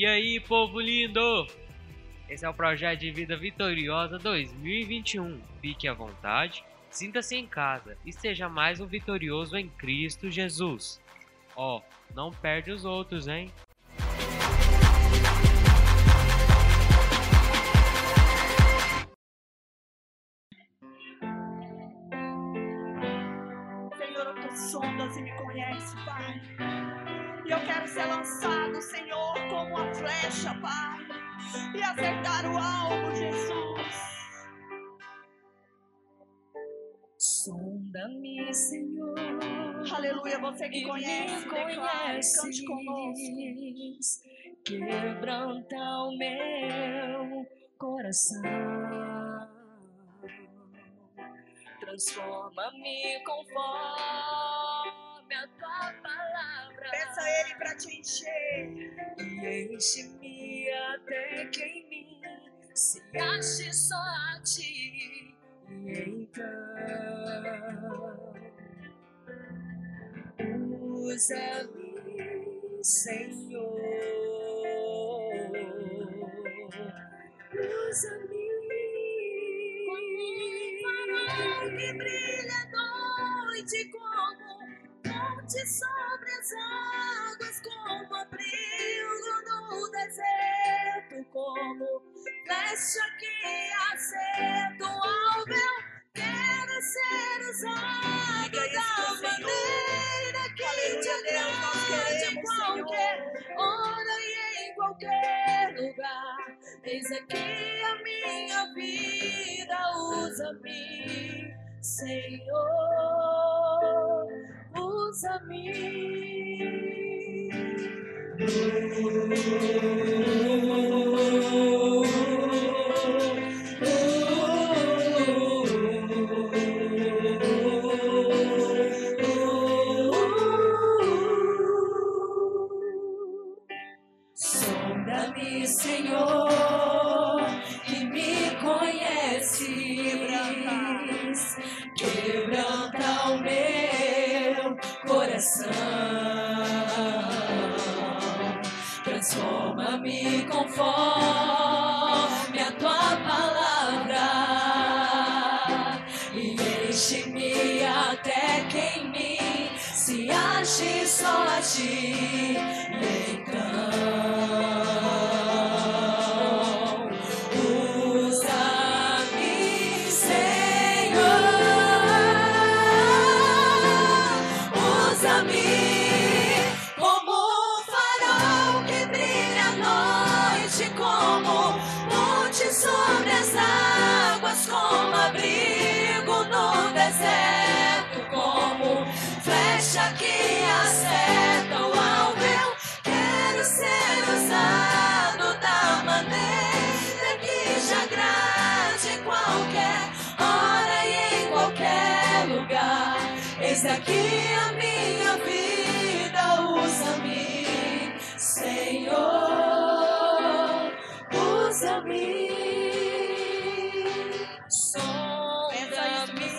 aí, povo lindo? Esse é o Projeto de Vida Vitoriosa 2021. Fique à vontade, sinta-se em casa e seja mais um vitorioso em Cristo Jesus. Ó, não perde os outros, hein? Senhor, tu sondas e me conhece, Pai. E eu quero ser lançado, Senhor, como uma flecha, Pai, e acertar o alvo, Jesus. Sonda-me, Senhor. Aleluia, você que conhece, declare, cante conosco. Quebranta o meu coração. Transforma-me conforme a tua palavra. Peça a Ele para te encher. E enche-me até que em mim se ache só a ti. E então usa-me, Senhor. Usa-me como um farol que brilha à noite, como monte sobre as águas, como abrigo no deserto, como flecha que acerta o alvo. Eu quero ser usado da maneira que te agrade, em qualquer hora e em qualquer lugar. Eis aqui a minha vida, usa-me, Senhor, usa-me. Sonda-me, Senhor, e me conheces. Quebranta o meu coração. Transforma-me conforme a tua palavra. E enche-me até que em mim se ache só a ti. E então usa-me, Senhor. Usa-me como um farol que brilha à noite, como monte sobre as águas, como abrigo no deserto, como flecha que acerta o alvo. Eu quero ser usado da maneira que te agrade, em qualquer hora e em qualquer lugar. Eis aqui a minha vida, usa-me, Senhor, usa-me. Sonda-me,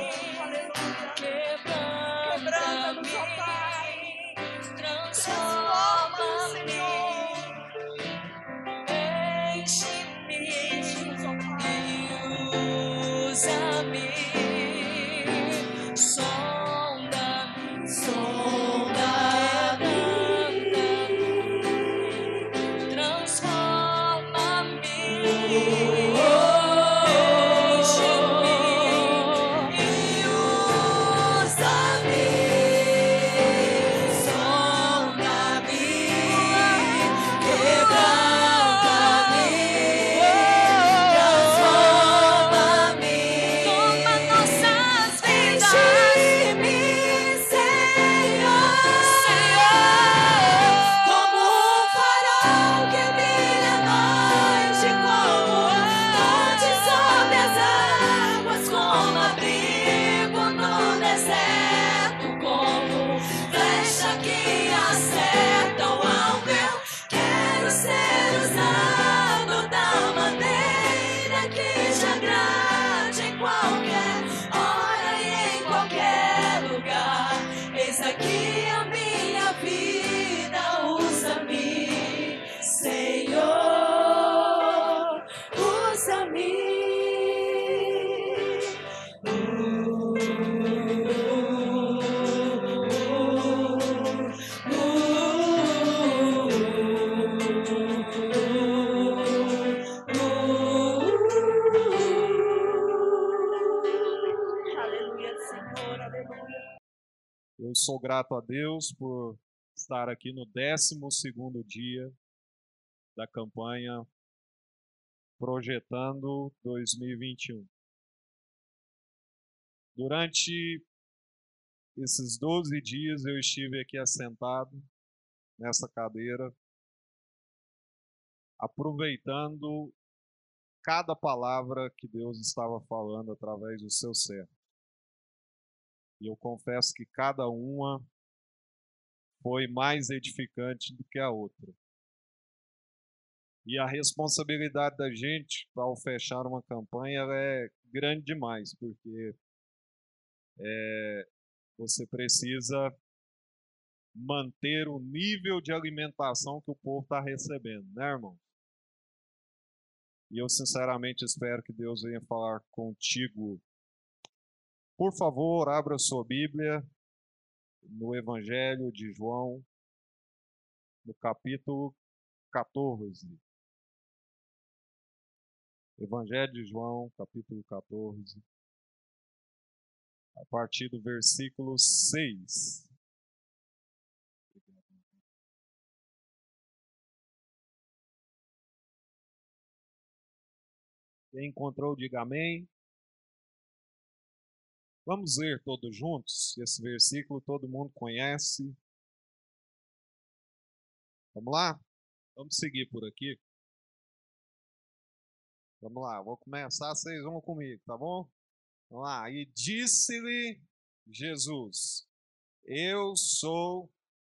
Quebranta-nos, ó Pai. transforma-me, Enche-nos, ó Pai. usa-me, sonda-me. Eu sou grato a Deus por estar aqui no 12º dia da campanha Projetando 2021. Durante esses 12 dias eu estive aqui assentado nessa cadeira, aproveitando cada palavra que Deus estava falando através do seu servo. E eu confesso que cada uma foi mais edificante do que a outra. E a responsabilidade da gente ao fechar uma campanha ela é grande demais, porque você precisa manter o nível de alimentação que o povo está recebendo, né, irmão? E eu sinceramente espero que Deus venha falar contigo. Por favor, abra sua Bíblia no Evangelho de João, no capítulo 14. Evangelho de João, capítulo 14, a partir do versículo 6. Quem encontrou, diga amém. Vamos ler todos juntos? Esse versículo todo mundo conhece. Vamos lá? Vamos seguir por aqui. Vamos lá, vou começar, vocês vão comigo, tá bom? Vamos lá. E disse-lhe Jesus: Eu sou.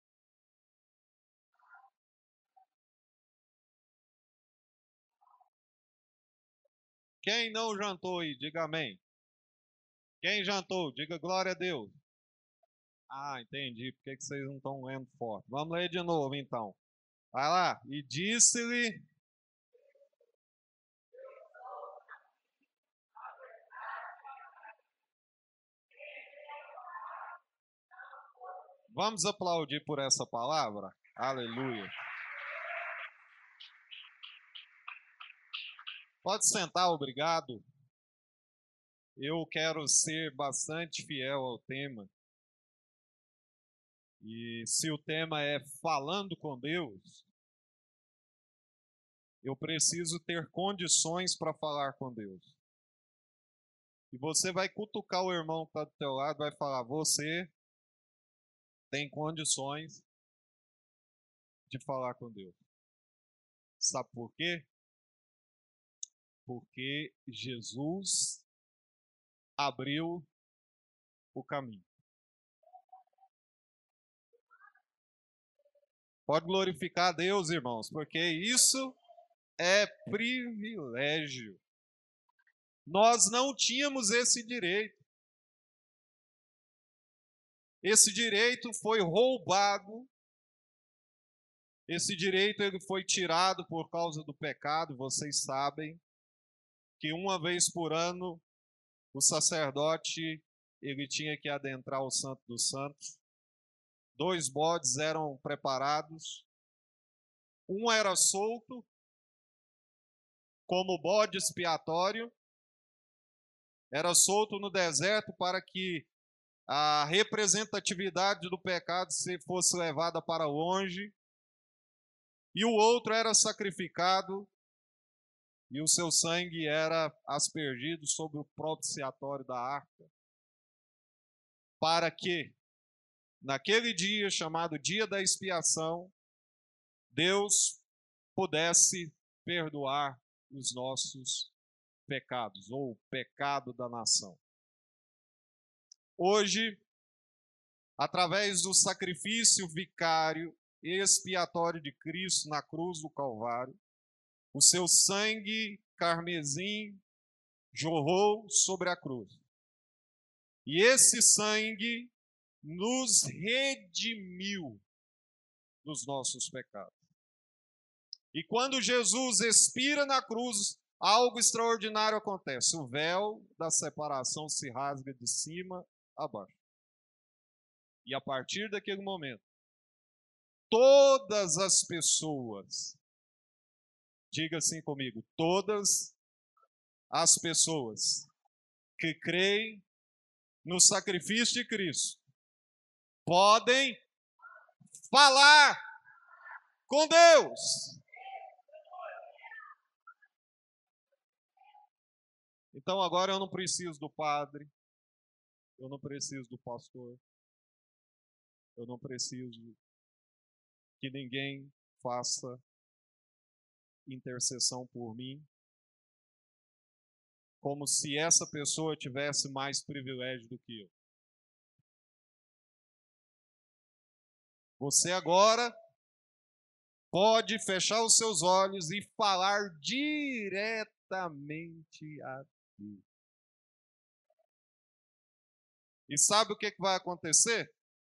Quem não jantou aí, diga amém. Quem jantou, diga glória a Deus. Ah, entendi. Por que vocês não estão lendo forte? Vamos ler de novo, então. Vai lá. E disse-lhe. Vamos aplaudir por essa palavra? Aleluia. Pode sentar, obrigado. Eu quero ser bastante fiel ao tema. E se o tema é falando com Deus, eu preciso ter condições para falar com Deus. E você vai cutucar o irmão que está do teu lado, vai falar, você tem condições de falar com Deus. Sabe por quê? Porque Jesus abriu o caminho. Pode glorificar a Deus, irmãos, porque isso é privilégio. Nós não tínhamos esse direito. Esse direito foi roubado. Esse direito ele foi tirado por causa do pecado. Vocês sabem que uma vez por ano o sacerdote ele tinha que adentrar o Santo dos Santos. 2 bodes eram preparados. Um era solto como bode expiatório. Era solto no deserto para que a representatividade do pecado fosse levada para longe. E o outro era sacrificado e o seu sangue era aspergido sobre o propiciatório da arca, para que, naquele dia chamado Dia da Expiação, Deus pudesse perdoar os nossos pecados, ou o pecado da nação. Hoje, através do sacrifício vicário e expiatório de Cristo na cruz do Calvário, o seu sangue carmesim jorrou sobre a cruz. E esse sangue nos redimiu dos nossos pecados. E quando Jesus expira na cruz, algo extraordinário acontece. O véu da separação se rasga de cima a baixo. E a partir daquele momento, todas as pessoas, diga assim comigo, todas as pessoas que creem no sacrifício de Cristo podem falar com Deus. Então agora eu não preciso do padre, eu não preciso do pastor, eu não preciso que ninguém faça intercessão por mim, como se essa pessoa tivesse mais privilégio do que eu. Você agora pode fechar os seus olhos e falar diretamente a Deus. E sabe o que vai acontecer?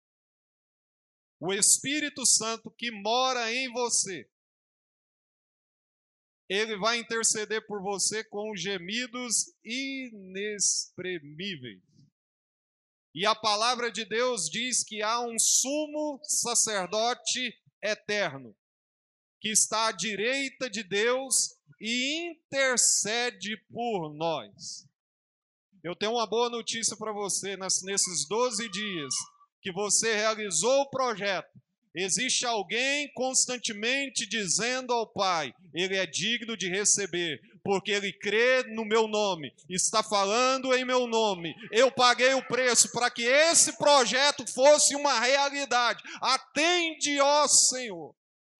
O Espírito Santo que mora em você, ele vai interceder por você com gemidos inexprimíveis. E a palavra de Deus diz que há um sumo sacerdote eterno, que está à direita de Deus e intercede por nós. Eu tenho uma boa notícia para você, nesses 12 dias que você realizou o projeto, existe alguém constantemente dizendo ao Pai, Ele é digno de receber, porque Ele crê no meu nome, está falando em meu nome. Eu paguei o preço para que esse projeto fosse uma realidade. Atende, ó Senhor.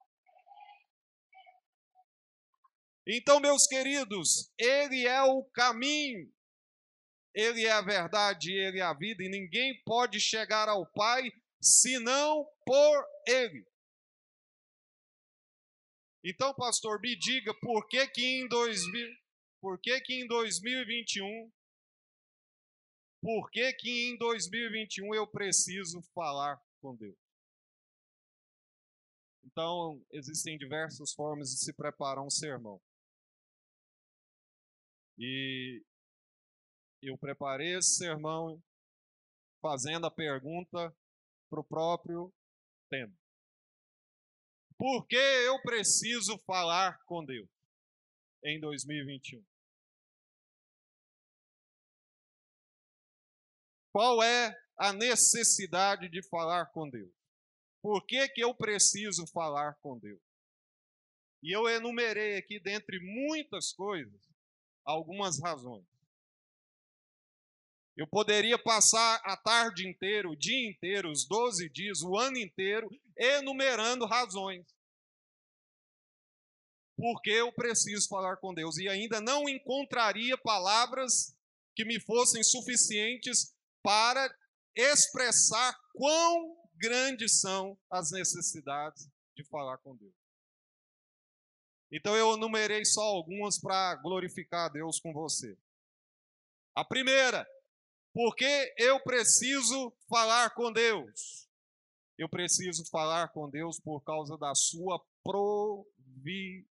Então, meus queridos, Ele é o caminho, Ele é a verdade, Ele é a vida, e ninguém pode chegar ao Pai senão por Ele. Então, pastor, me diga por que em 2021 eu preciso falar com Deus? Então, existem diversas formas de se preparar um sermão. E eu preparei esse sermão fazendo a pergunta para o próprio tema. Por que eu preciso falar com Deus em 2021? Qual é a necessidade de falar com Deus? Por que eu preciso falar com Deus? E eu enumerei aqui, dentre muitas coisas, algumas razões. Eu poderia passar a tarde inteira, o dia inteiro, os 12 dias, o ano inteiro, enumerando razões. Porque eu preciso falar com Deus. E ainda não encontraria palavras que me fossem suficientes para expressar quão grandes são as necessidades de falar com Deus. Então eu enumerei só algumas para glorificar a Deus com você. A primeira, porque eu preciso falar com Deus? Eu preciso falar com Deus por causa da sua providência.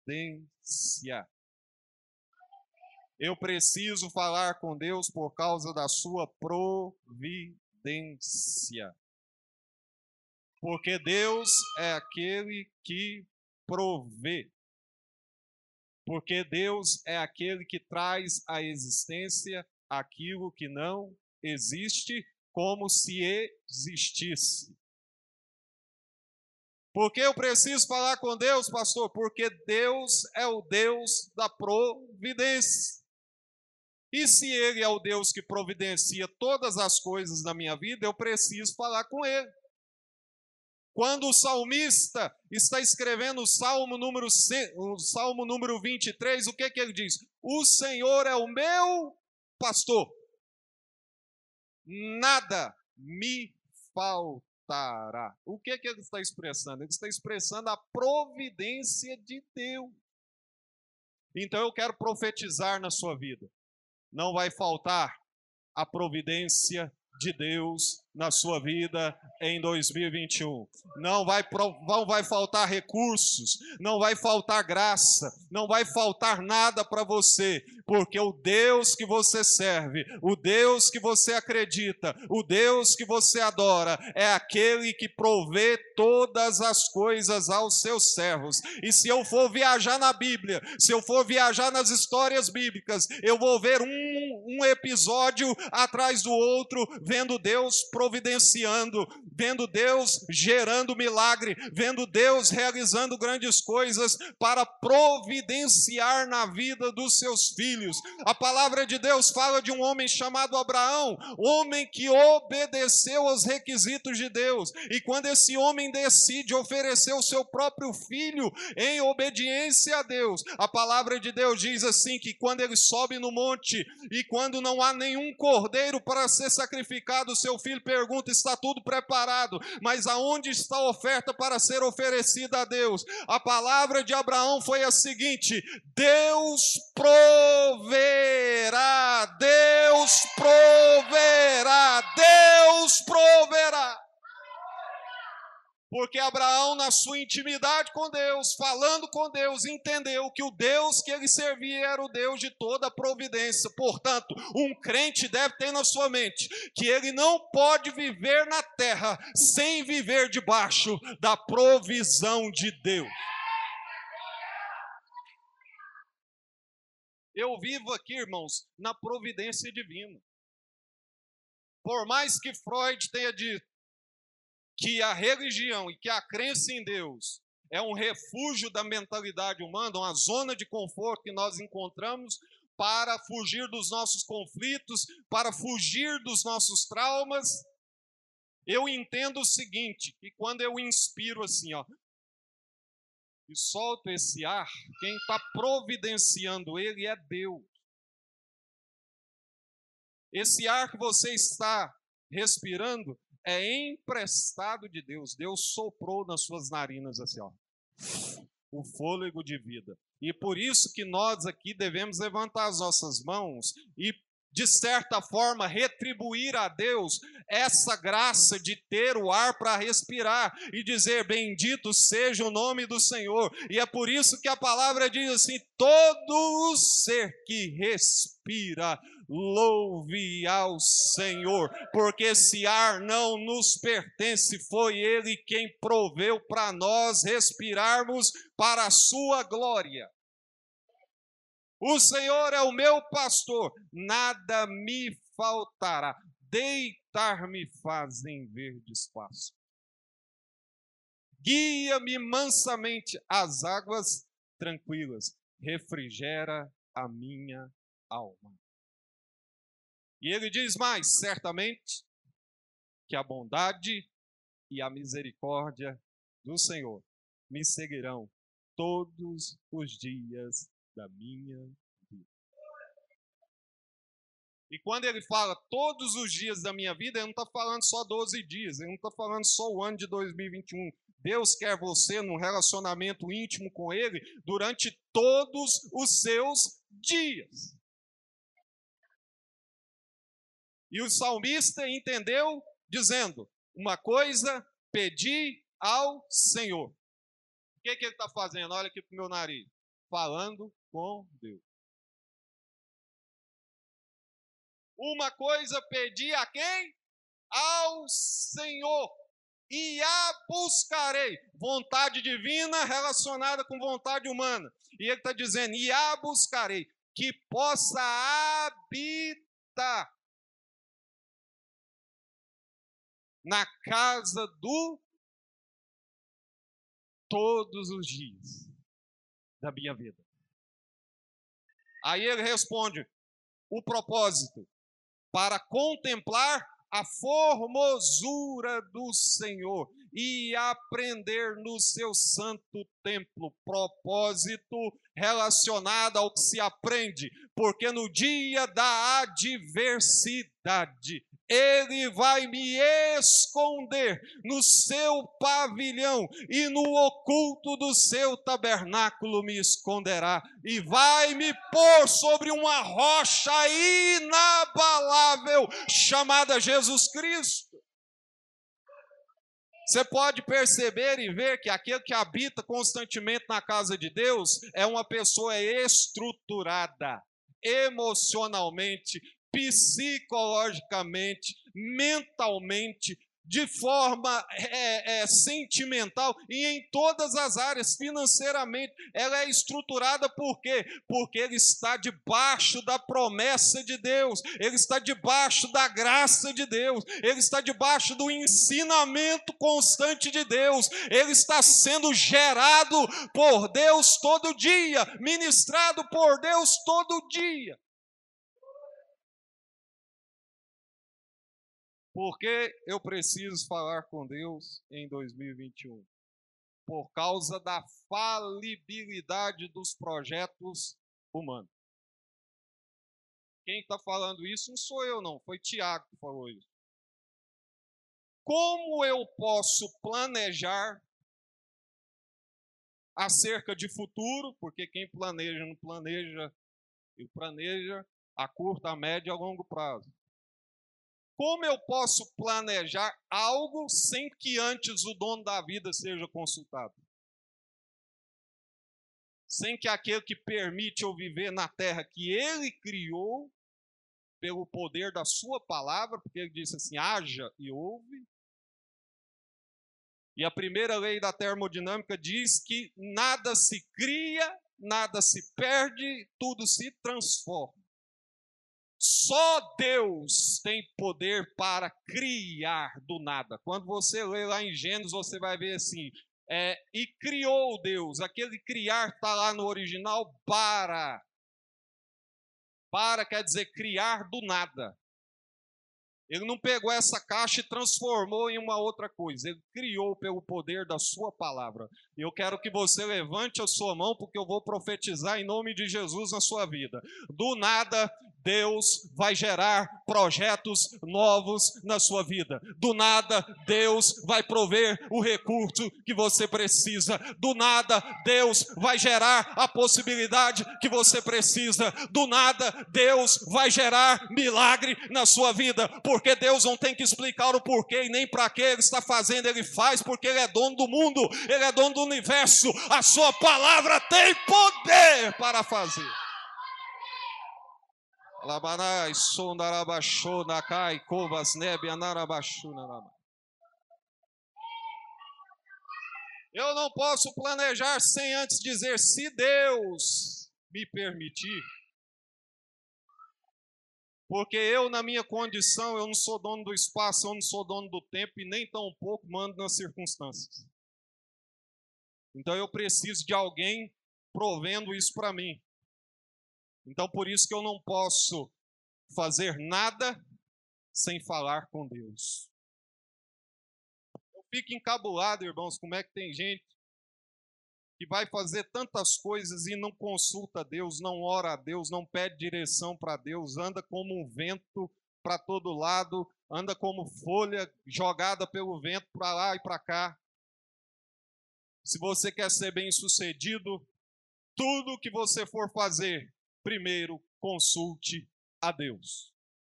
Eu preciso falar com Deus por causa da sua providência. Porque Deus é aquele que provê. Porque Deus é aquele que traz à existência aquilo que não existe como se existisse. Por que eu preciso falar com Deus, pastor? Porque Deus é o Deus da providência. E se Ele é o Deus que providencia todas as coisas na minha vida, eu preciso falar com Ele. Quando o salmista está escrevendo o Salmo número 23, o que ele diz? O Senhor é o meu pastor, nada me faltará. O que ele está expressando? Ele está expressando a providência de Deus. Então eu quero profetizar na sua vida. Não vai faltar a providência de Deus na sua vida em 2021. Não vai faltar recursos, não vai faltar graça, não vai faltar nada para você, porque o Deus que você serve, o Deus que você acredita, o Deus que você adora, é aquele que provê todas as coisas aos seus servos. E se eu for viajar na Bíblia, se eu for viajar nas histórias bíblicas, eu vou ver um episódio atrás do outro, vendo Deus providenciando, vendo Deus gerando milagre, vendo Deus realizando grandes coisas para providenciar na vida dos seus filhos. A palavra de Deus fala de um homem chamado Abraão, homem que obedeceu aos requisitos de Deus. E quando esse homem decide oferecer o seu próprio filho em obediência a Deus, a palavra de Deus diz assim, que quando ele sobe no monte e quando não há nenhum cordeiro para ser sacrificado, o seu filho pergunta: está tudo preparado, mas aonde está a oferta para ser oferecida a Deus? A palavra de Abraão foi a seguinte: Deus proverá, Deus proverá, Deus proverá. Porque Abraão, na sua intimidade com Deus, falando com Deus, entendeu que o Deus que ele servia era o Deus de toda a providência. Portanto, um crente deve ter na sua mente que ele não pode viver na terra sem viver debaixo da provisão de Deus. Eu vivo aqui, irmãos, na providência divina. Por mais que Freud tenha dito que a religião e que a crença em Deus é um refúgio da mentalidade humana, uma zona de conforto que nós encontramos para fugir dos nossos conflitos, para fugir dos nossos traumas, eu entendo o seguinte, que quando eu inspiro assim, ó, e solto esse ar, quem está providenciando ele é Deus. Esse ar que você está respirando é emprestado de Deus. Deus soprou nas suas narinas assim, ó, o fôlego de vida. E por isso que nós aqui devemos levantar as nossas mãos e, de certa forma, retribuir a Deus essa graça de ter o ar para respirar e dizer: bendito seja o nome do Senhor. E é por isso que a palavra diz assim: todo o ser que respira, louve ao Senhor, porque esse ar não nos pertence, foi Ele quem proveu para nós respirarmos para a sua glória. O Senhor é o meu pastor, nada me faltará. Deitar-me faz em verdes pastos. Guia-me mansamente às águas tranquilas. Refrigera a minha alma. E ele diz mais: certamente que a bondade e a misericórdia do Senhor me seguirão todos os dias da minha vida. E quando ele fala todos os dias da minha vida, ele não está falando só 12 dias, ele não está falando só o ano de 2021. Deus quer você num relacionamento íntimo com Ele durante todos os seus dias. E o salmista entendeu dizendo: uma coisa pedi ao Senhor. O que ele está fazendo? Olha aqui para o meu nariz. Falando com Deus. Uma coisa pedi a quem? Ao Senhor. E a buscarei. Vontade divina relacionada com vontade humana. E ele está dizendo: e a buscarei, que possa habitar na casa do todos os dias da minha vida. Aí ele responde: o propósito, para contemplar a formosura do Senhor e aprender no seu santo templo. Propósito relacionado ao que se aprende, porque no dia da adversidade, Ele vai me esconder no seu pavilhão e no oculto do seu tabernáculo me esconderá e vai me pôr sobre uma rocha inabalável chamada Jesus Cristo. Você pode perceber e ver que aquele que habita constantemente na casa de Deus é uma pessoa estruturada, emocionalmente, psicologicamente, mentalmente, de forma sentimental e em todas as áreas, financeiramente. Ela é estruturada por quê? Porque ele está debaixo da promessa de Deus, ele está debaixo da graça de Deus, ele está debaixo do ensinamento constante de Deus, ele está sendo gerado por Deus todo dia, ministrado por Deus todo dia. Por que eu preciso falar com Deus em 2021? Por causa da falibilidade dos projetos humanos. Quem está falando isso não sou eu, não. Foi Tiago que falou isso. Como eu posso planejar acerca de futuro? Porque quem planeja não planeja, ele planeja a curto, a médio e a longo prazo. Como eu posso planejar algo sem que antes o dono da vida seja consultado? Sem que aquele que permite eu viver na terra que ele criou, pelo poder da sua palavra, porque ele disse assim, haja e ouve. E a primeira lei da termodinâmica diz que nada se cria, nada se perde, tudo se transforma. Só Deus tem poder para criar do nada. Quando você lê lá em Gênesis, você vai ver assim, e criou Deus. Aquele criar está lá no original, para. Para quer dizer criar do nada. Ele não pegou essa caixa e transformou em uma outra coisa. Ele criou pelo poder da sua palavra. E eu quero que você levante a sua mão, porque eu vou profetizar em nome de Jesus na sua vida. Do nada, Deus vai gerar projetos novos na sua vida. Do nada, Deus vai prover o recurso que você precisa. Do nada, Deus vai gerar a possibilidade que você precisa. Do nada, Deus vai gerar milagre na sua vida. Porque Deus não tem que explicar o porquê e nem para que Ele está fazendo. Ele faz porque Ele é dono do mundo. Ele é dono do universo. A sua palavra tem poder para fazer. Eu não posso planejar sem antes dizer, se Deus me permitir. Porque eu, na minha condição, eu não sou dono do espaço, eu não sou dono do tempo e nem tão pouco mando nas circunstâncias. Então eu preciso de alguém provendo isso para mim. Então por isso que eu não posso fazer nada sem falar com Deus. Eu fico encabulado, irmãos, como é que tem gente que vai fazer tantas coisas e não consulta a Deus, não ora a Deus, não pede direção para Deus, anda como um vento para todo lado, anda como folha jogada pelo vento para lá e para cá. Se você quer ser bem-sucedido, tudo que você for fazer, primeiro consulte a Deus.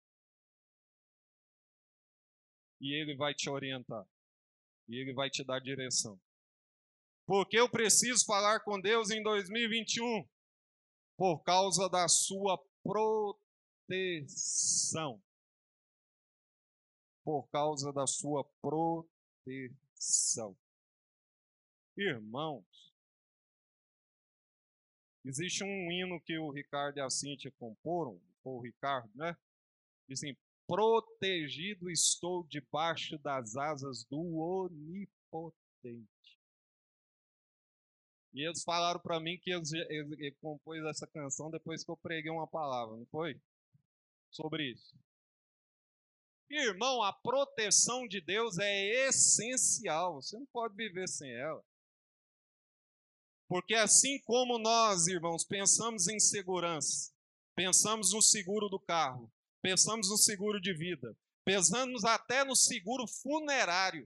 E Ele vai te orientar. E Ele vai te dar direção. Porque eu preciso falar com Deus em 2021? Por causa da sua proteção. Por causa da sua proteção. Irmãos, existe um hino que o Ricardo e a Cíntia comporam, ou o Ricardo, né? Diz assim, protegido estou debaixo das asas do Onipotente. E eles falaram para mim que ele compôs essa canção depois que eu preguei uma palavra, não foi? Sobre isso. Irmão, a proteção de Deus é essencial. Você não pode viver sem ela. Porque assim como nós, irmãos, pensamos em segurança, pensamos no seguro do carro, pensamos no seguro de vida, pensamos até no seguro funerário,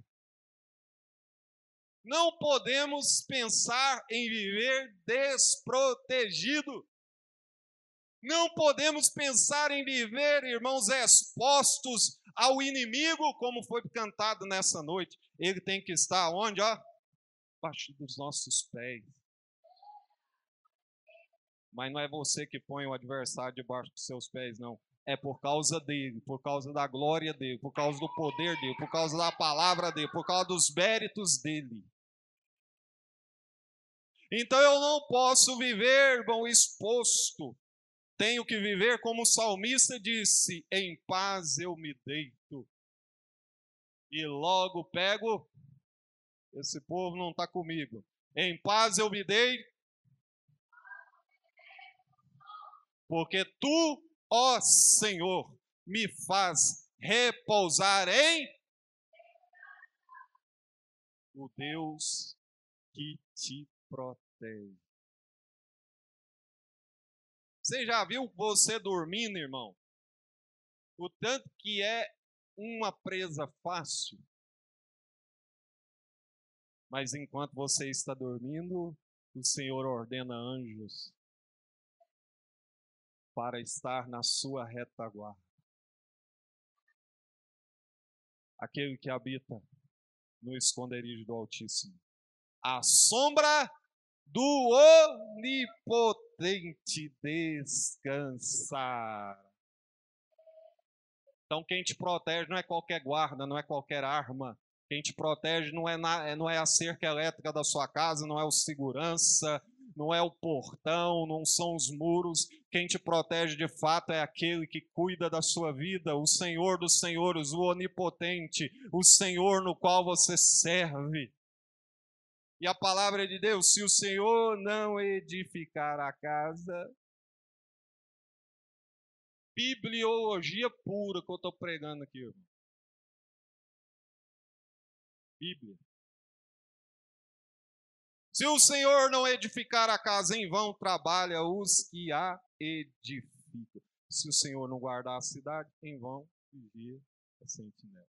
não podemos pensar em viver desprotegido. Não podemos pensar em viver, irmãos, expostos ao inimigo, como foi cantado nessa noite. Ele tem que estar onde? Abaixo dos nossos pés. Mas não é você que põe o adversário debaixo dos seus pés, não. é por causa dele, por causa da glória dele, por causa do poder dele, por causa da palavra dele, por causa dos méritos dele. Então eu não posso viver, irmão, exposto. Tenho que viver como o salmista disse, em paz eu me deito. E logo pego, esse povo não está comigo. Em paz eu me deito, porque tu, ó Senhor, me faz repousar em o Deus que te protege. Você já viu você dormindo, irmão? O tanto que é uma presa fácil. Mas enquanto você está dormindo, o Senhor ordena anjos para estar na sua retaguarda. Aquele que habita no esconderijo do Altíssimo, a sombra do Onipotente descansar. Então quem te protege não é qualquer guarda, não é qualquer arma. Quem te protege não é a cerca elétrica da sua casa, não é o segurança, não é o portão, não são os muros. Quem te protege de fato é aquele que cuida da sua vida, o Senhor dos senhores, o Onipotente, o Senhor no qual você serve. E a palavra de Deus, se o Senhor não edificar a casa, bibliologia pura que eu estou pregando aqui, irmão. Bíblia. Se o Senhor não edificar a casa, em vão trabalha os que a edificam. Se o Senhor não guardar a cidade, em vão vigia a sentinela.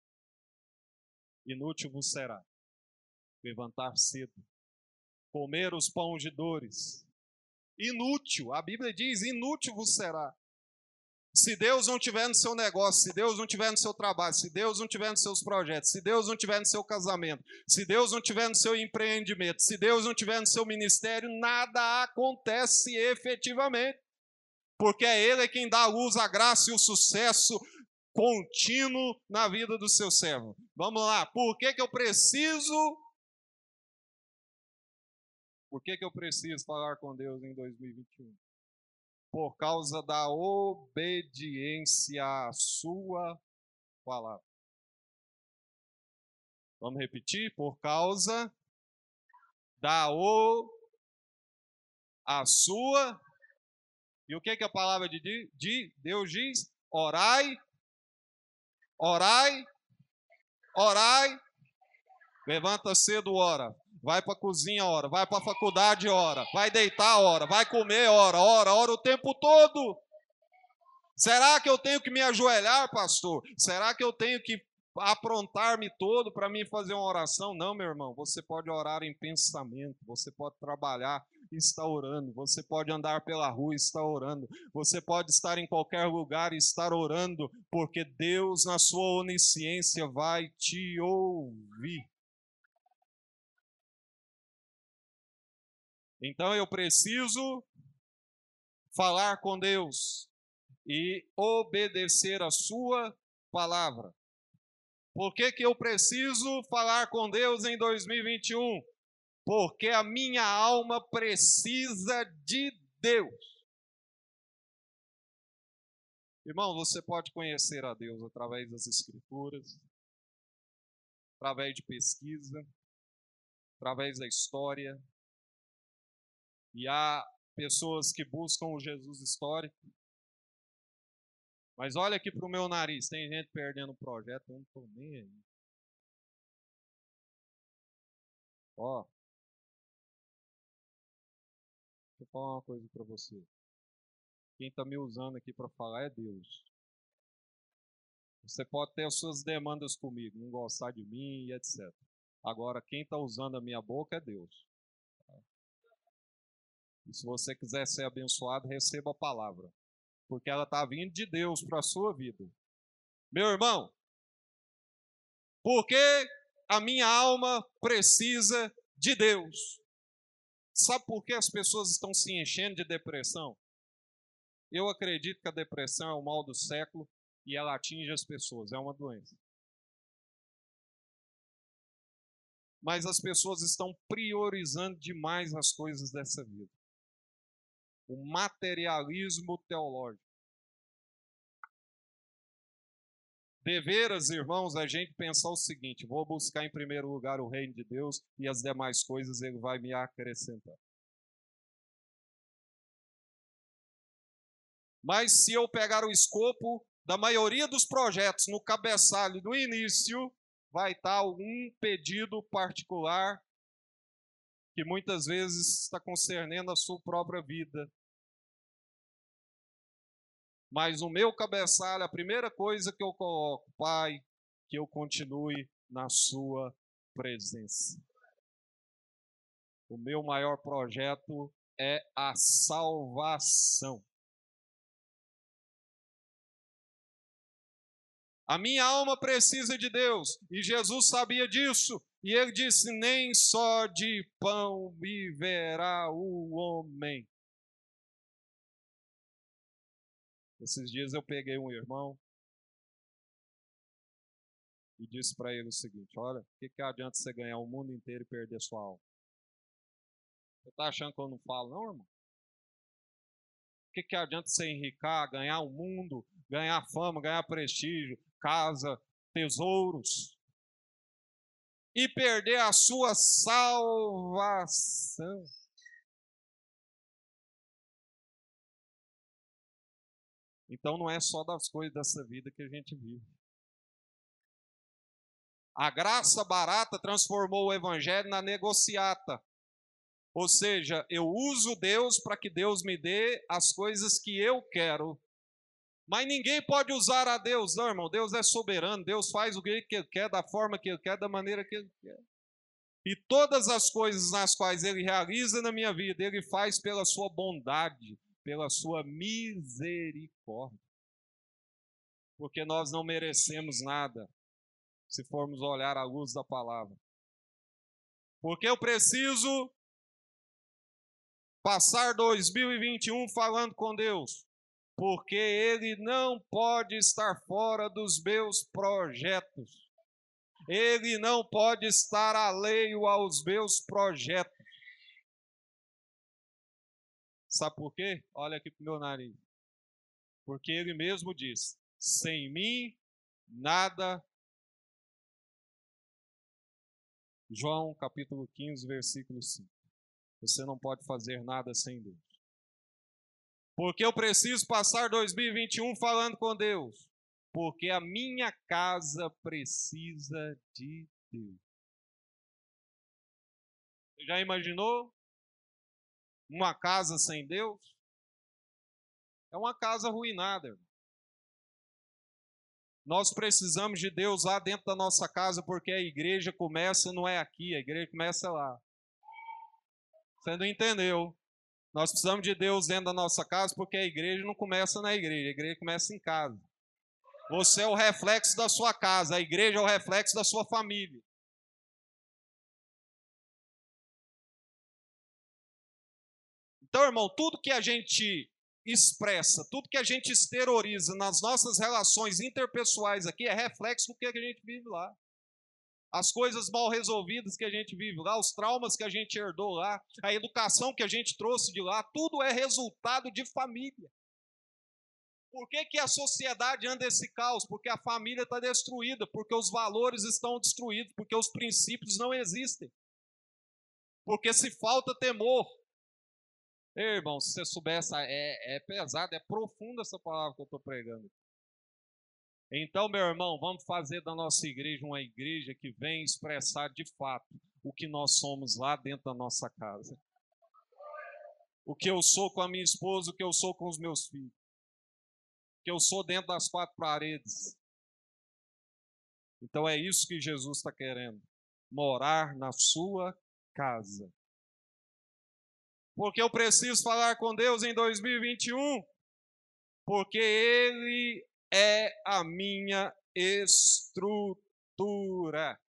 Inútil vos será levantar cedo, comer os pães de dores. Inútil, a Bíblia diz, inútil vos será. Se Deus não tiver no seu negócio, se Deus não tiver no seu trabalho, se Deus não tiver nos seus projetos, se Deus não tiver no seu casamento, se Deus não tiver no seu empreendimento, se Deus não tiver no seu ministério, nada acontece efetivamente. Porque é Ele quem dá a luz, a graça e o sucesso contínuo na vida do seu servo. Vamos lá, por que eu preciso falar com Deus em 2021? Por causa da obediência à sua palavra. Vamos repetir? Por causa da a sua. E o que a palavra de Deus diz? Orai, orai, orai. Levanta cedo, ora. Vai para a cozinha, ora. Vai para a faculdade, ora. Vai deitar, ora. Vai comer, ora. Ora o tempo todo. Será que eu tenho que me ajoelhar, pastor? Será que eu tenho que aprontar-me todo para mim fazer uma oração? Não, meu irmão. Você pode orar em pensamento. Você pode trabalhar e estar orando. Você pode andar pela rua e estar orando. Você pode estar em qualquer lugar e estar orando, porque Deus, na sua onisciência, vai te ouvir. Então eu preciso falar com Deus e obedecer a sua palavra. Por que eu preciso falar com Deus em 2021? Porque a minha alma precisa de Deus. Irmão, você pode conhecer a Deus através das Escrituras, através de pesquisa, através da história. E há pessoas que buscam o Jesus histórico. Mas olha aqui para o meu nariz, tem gente perdendo o projeto, eu não estou nem aí. Ó, deixa eu falar uma coisa para você. Quem está me usando aqui para falar é Deus. Você pode ter as suas demandas comigo, não gostar de mim e etc. Agora, quem está usando a minha boca é Deus. E se você quiser ser abençoado, receba a palavra. Porque ela está vindo de Deus para a sua vida. Meu irmão, por que a minha alma precisa de Deus? Sabe por que as pessoas estão se enchendo de depressão? Eu acredito que a depressão é o mal do século e ela atinge as pessoas, é uma doença. Mas as pessoas estão priorizando demais as coisas dessa vida. O materialismo teológico. Deveras, irmãos, a gente pensar o seguinte: vou buscar em primeiro lugar o reino de Deus e as demais coisas Ele vai me acrescentar. Mas se eu pegar o escopo da maioria dos projetos no cabeçalho do início, vai estar algum pedido particular que muitas vezes está concernendo a sua própria vida. Mas o meu cabeçalho, a primeira coisa que eu coloco, Pai, que eu continue na sua presença. O meu maior projeto é a salvação. A minha alma precisa de Deus, e Jesus sabia disso, e ele disse: nem só de pão viverá o homem. Esses dias eu peguei um irmão e disse para ele o seguinte: olha, o que adianta você ganhar o mundo inteiro e perder sua alma? Você está achando que eu não falo, não, irmão? O que adianta você enricar, ganhar o mundo, ganhar fama, ganhar prestígio, casa, tesouros, e perder a sua salvação? Então não é só das coisas dessa vida que a gente vive. A graça barata transformou o evangelho na negociata. Ou seja, eu uso Deus para que Deus me dê as coisas que eu quero. Mas ninguém pode usar a Deus, não, irmão. Deus é soberano, Deus faz o que Ele quer, da forma que Ele quer, da maneira que Ele quer. E todas as coisas nas quais Ele realiza na minha vida, Ele faz pela sua bondade, pela sua misericórdia. Porque nós não merecemos nada, se formos olhar à luz da palavra. Porque eu preciso passar 2021 falando com Deus, porque Ele não pode estar fora dos meus projetos. Ele não pode estar alheio aos meus projetos. Sabe por quê? Olha aqui para o meu nariz. Porque Ele mesmo diz: sem mim, nada. João capítulo 15, versículo 5. Você não pode fazer nada sem Deus. Porque eu preciso passar 2021 falando com Deus. Porque a minha casa precisa de Deus. Você já imaginou uma casa sem Deus? É uma casa arruinada, irmão. Nós precisamos de Deus lá dentro da nossa casa, porque a igreja começa, não é aqui, a igreja começa lá. Você não entendeu? Nós precisamos de Deus dentro da nossa casa, porque a igreja não começa na igreja, a igreja começa em casa. Você é o reflexo da sua casa, a igreja é o reflexo da sua família. Então, irmão, tudo que a gente expressa, tudo que a gente exterioriza nas nossas relações interpessoais aqui é reflexo do que a gente vive lá. As coisas mal resolvidas que a gente vive lá, os traumas que a gente herdou lá, a educação que a gente trouxe de lá, tudo é resultado de família. Por que a sociedade anda esse caos? Porque a família está destruída, porque os valores estão destruídos, porque os princípios não existem. Porque se falta temor. Ei, irmão, se você soubesse, é pesado, é profunda essa palavra que eu estou pregando. Então, meu irmão, vamos fazer da nossa igreja uma igreja que vem expressar de fato o que nós somos lá dentro da nossa casa. O que eu sou com a minha esposa, o que eu sou com os meus filhos. O que eu sou dentro das quatro paredes. Então é isso que Jesus está querendo. Morar na sua casa. Porque eu preciso falar com Deus em 2021. Porque Ele é a minha estrutura.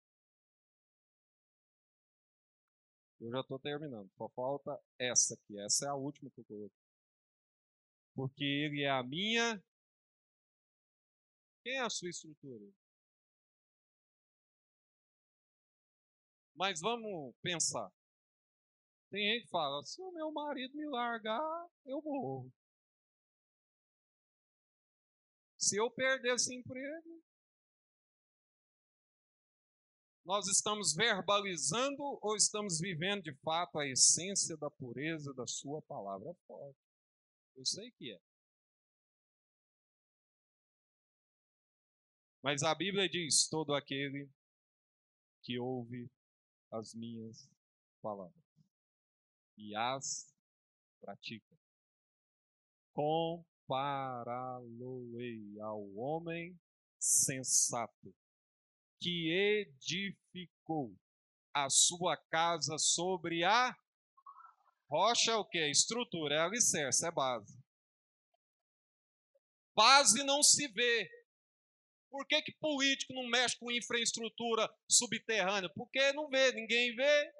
Eu já estou terminando. Só falta essa aqui. Essa é a última que eu coloquei. Porque Ele é a minha. Quem é a sua estrutura? Mas vamos pensar. Tem gente que fala, se o meu marido me largar, eu morro. Se eu perder esse emprego, nós estamos verbalizando ou estamos vivendo de fato a essência da pureza da sua palavra? É forte. Eu sei que é. Mas a Bíblia diz, todo aquele que ouve as minhas palavras e as pratica, compará-lo-ei ao homem sensato que edificou a sua casa sobre a rocha. O que é? Estrutura, é alicerce, é base. Base não se vê. Por que político não mexe com infraestrutura subterrânea? Porque não vê, ninguém vê.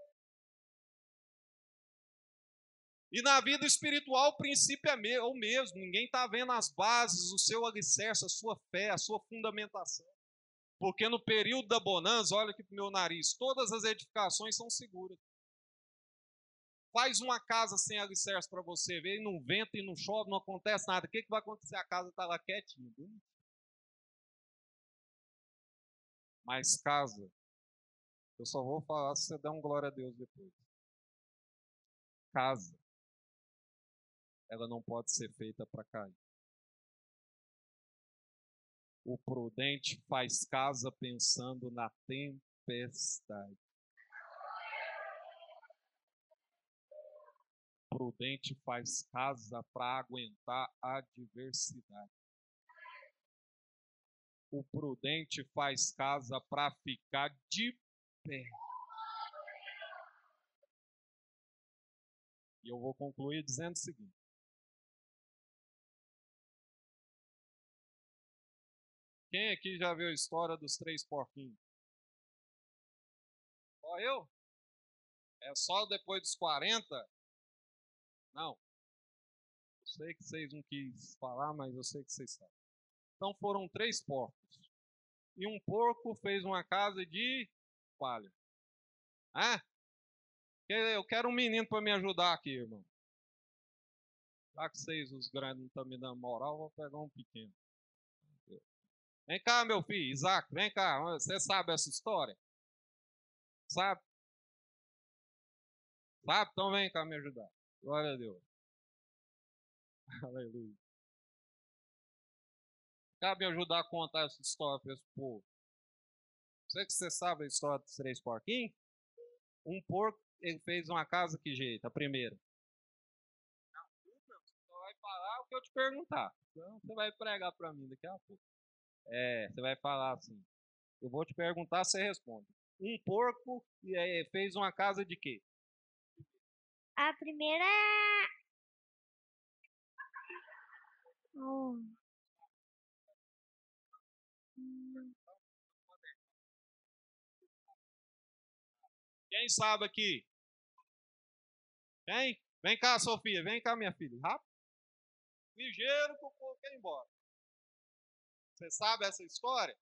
E na vida espiritual o princípio é o mesmo. Ninguém está vendo as bases, o seu alicerce, a sua fé, a sua fundamentação. Porque no período da bonança, olha aqui para o meu nariz, todas as edificações são seguras. Faz uma casa sem alicerce para você ver, e não venta e não chove, não acontece nada. O que vai acontecer? A casa está lá quietinha. Mas casa, eu só vou falar se você der um glória a Deus depois. Casa, ela não pode ser feita para cair. O prudente faz casa pensando na tempestade. O prudente faz casa para aguentar a adversidade. O prudente faz casa para ficar de pé. E eu vou concluir dizendo o seguinte. Quem aqui já viu a história dos 3 porquinhos? Só eu? É só depois dos 40? Não. Eu sei que vocês não quis falar, mas eu sei que vocês sabem. Então foram 3 porcos. E um porco fez uma casa de palha. Eu quero um menino para me ajudar aqui, irmão. Já que vocês, os grandes, não estão me dando moral, vou pegar um pequeno. Vem cá, meu filho, Isaac, vem cá. Você sabe essa história? Sabe? Sabe? Então vem cá me ajudar. Glória a Deus. Aleluia. Cabe me ajudar a contar essa história para esse povo. Sei que você sabe a história dos 3 porquinhos? Um porco, ele fez uma casa que jeito? A primeira. Não, você só vai falar o que eu te perguntar. Então você vai pregar para mim daqui a pouco. Você vai falar assim. Eu vou te perguntar, você responde. Um porco fez uma casa de quê? A primeira. Quem sabe aqui? Quem? Vem cá, Sofia. Vem cá, minha filha. Rápido. Ligeiro que o povo quer ir embora. Você sabe essa história?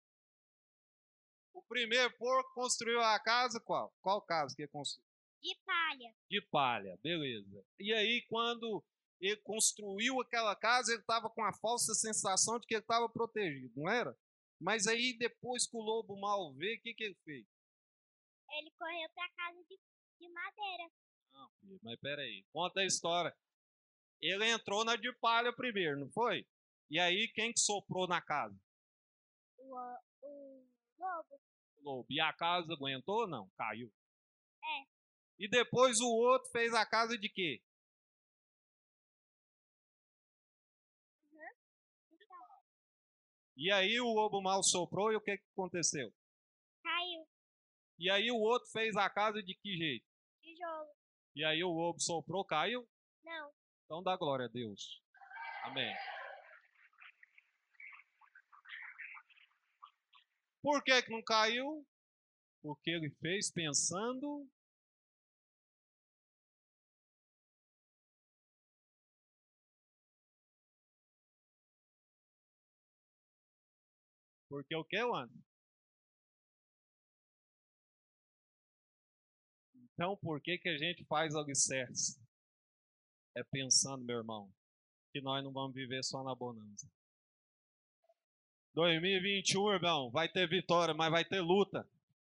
O primeiro porco construiu a casa qual? Qual casa que ele construiu? De palha. De palha, beleza. E aí, quando ele construiu aquela casa, ele estava com a falsa sensação de que ele estava protegido, não era? Mas aí, depois que o lobo mal veio, o que ele fez? Ele correu para casa de madeira. Não, filho, mas peraí. Conta a história. Ele entrou na de palha primeiro, não foi? E aí, quem que soprou na casa? O lobo. O lobo. E a casa aguentou ou não? Caiu. É. E depois o outro fez a casa de quê? E aí o lobo mal soprou e o que aconteceu? Caiu. E aí o outro fez a casa de que jeito? Tijolo. E aí o lobo soprou, caiu? Não. Então dá glória a Deus. Amém. Por que não caiu? Porque ele fez pensando Porque o que, Ana? Então, por que a gente faz alicerce? É pensando, meu irmão, que nós não vamos viver só na bonança. 2021, irmão, vai ter vitória, mas vai ter luta.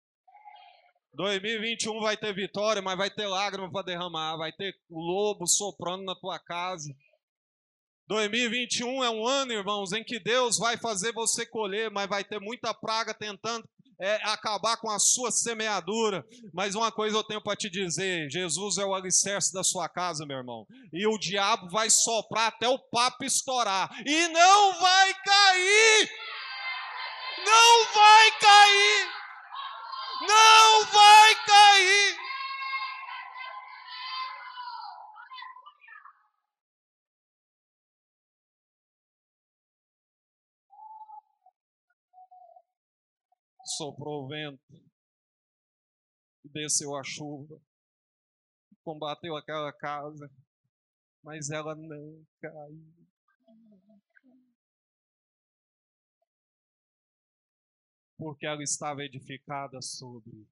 2021 vai ter vitória, mas vai ter lágrima para derramar. Vai ter lobo soprando na tua casa. 2021 é um ano, irmãos, em que Deus vai fazer você colher, mas vai ter muita praga tentando acabar com a sua semeadura. Mas uma coisa eu tenho para te dizer: Jesus é o alicerce da sua casa, meu irmão. E o diabo vai soprar até o papo estourar. E não vai cair! Não vai cair! Não vai cair! Soprou o vento, desceu a chuva, combateu aquela casa, mas ela não caiu. Porque ela estava edificada sobre.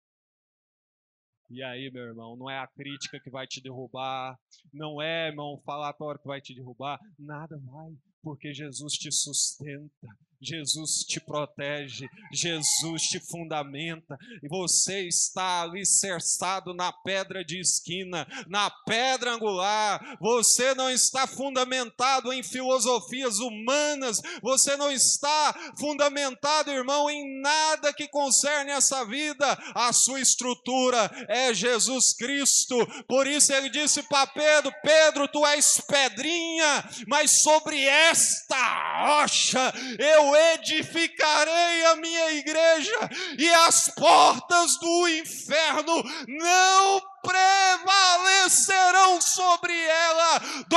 E aí, meu irmão, não é a crítica que vai te derrubar, não é, irmão, o falatório que vai te derrubar, nada vai, porque Jesus te sustenta. Jesus te protege, Jesus te fundamenta, e você está alicerçado na pedra de esquina, na pedra angular. Você não está fundamentado em filosofias humanas, você não está fundamentado, irmão, em nada que concerne essa vida. A sua estrutura é Jesus Cristo. Por isso ele disse para Pedro: Pedro, tu és pedrinha, mas sobre esta rocha eu edificarei a minha igreja, e as portas do inferno não prevalecerão sobre ela.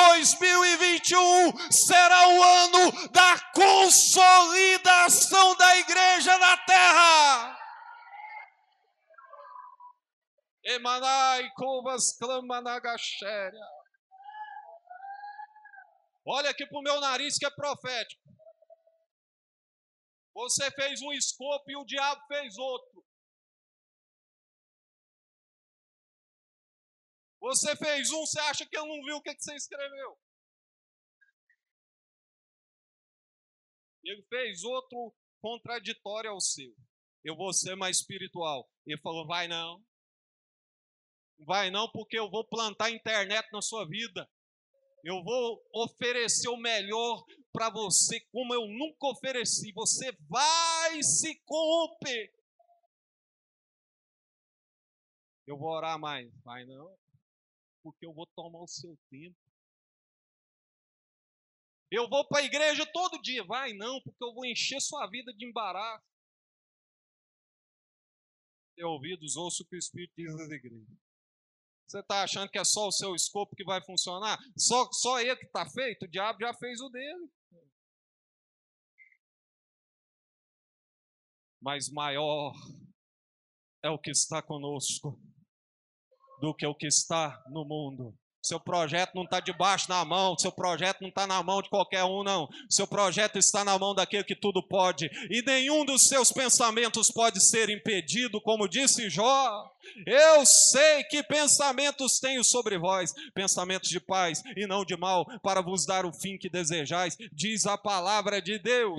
2021 será o ano da consolidação da igreja na terra. Emanai covas clamanagachéria. Olha aqui para o meu nariz que é profético. Você fez um escopo e o diabo fez outro. Você fez um, você acha que eu não vi o que você escreveu? Ele fez outro contraditório ao seu. Eu vou ser mais espiritual. Ele falou: vai não. Vai não, porque eu vou plantar internet na sua vida. Eu vou oferecer o melhor para você, como eu nunca ofereci. Você vai se corromper. Eu vou orar mais. Vai não, porque eu vou tomar o seu tempo. Eu vou para a igreja todo dia. Vai não, porque eu vou encher sua vida de embaraço. Tem ouvidos, ouça o que o Espírito diz às igrejas. Você está achando que é só o seu escopo que vai funcionar? Só ele que está feito? O diabo já fez o dele. Mas maior é o que está conosco do que o que está no mundo. Seu projeto não está debaixo da mão, seu projeto não está na mão de qualquer um, não. Seu projeto está na mão daquele que tudo pode, e nenhum dos seus pensamentos pode ser impedido, como disse Jó. Eu sei que pensamentos tenho sobre vós, pensamentos de paz e não de mal, para vos dar o fim que desejais, diz a palavra de Deus.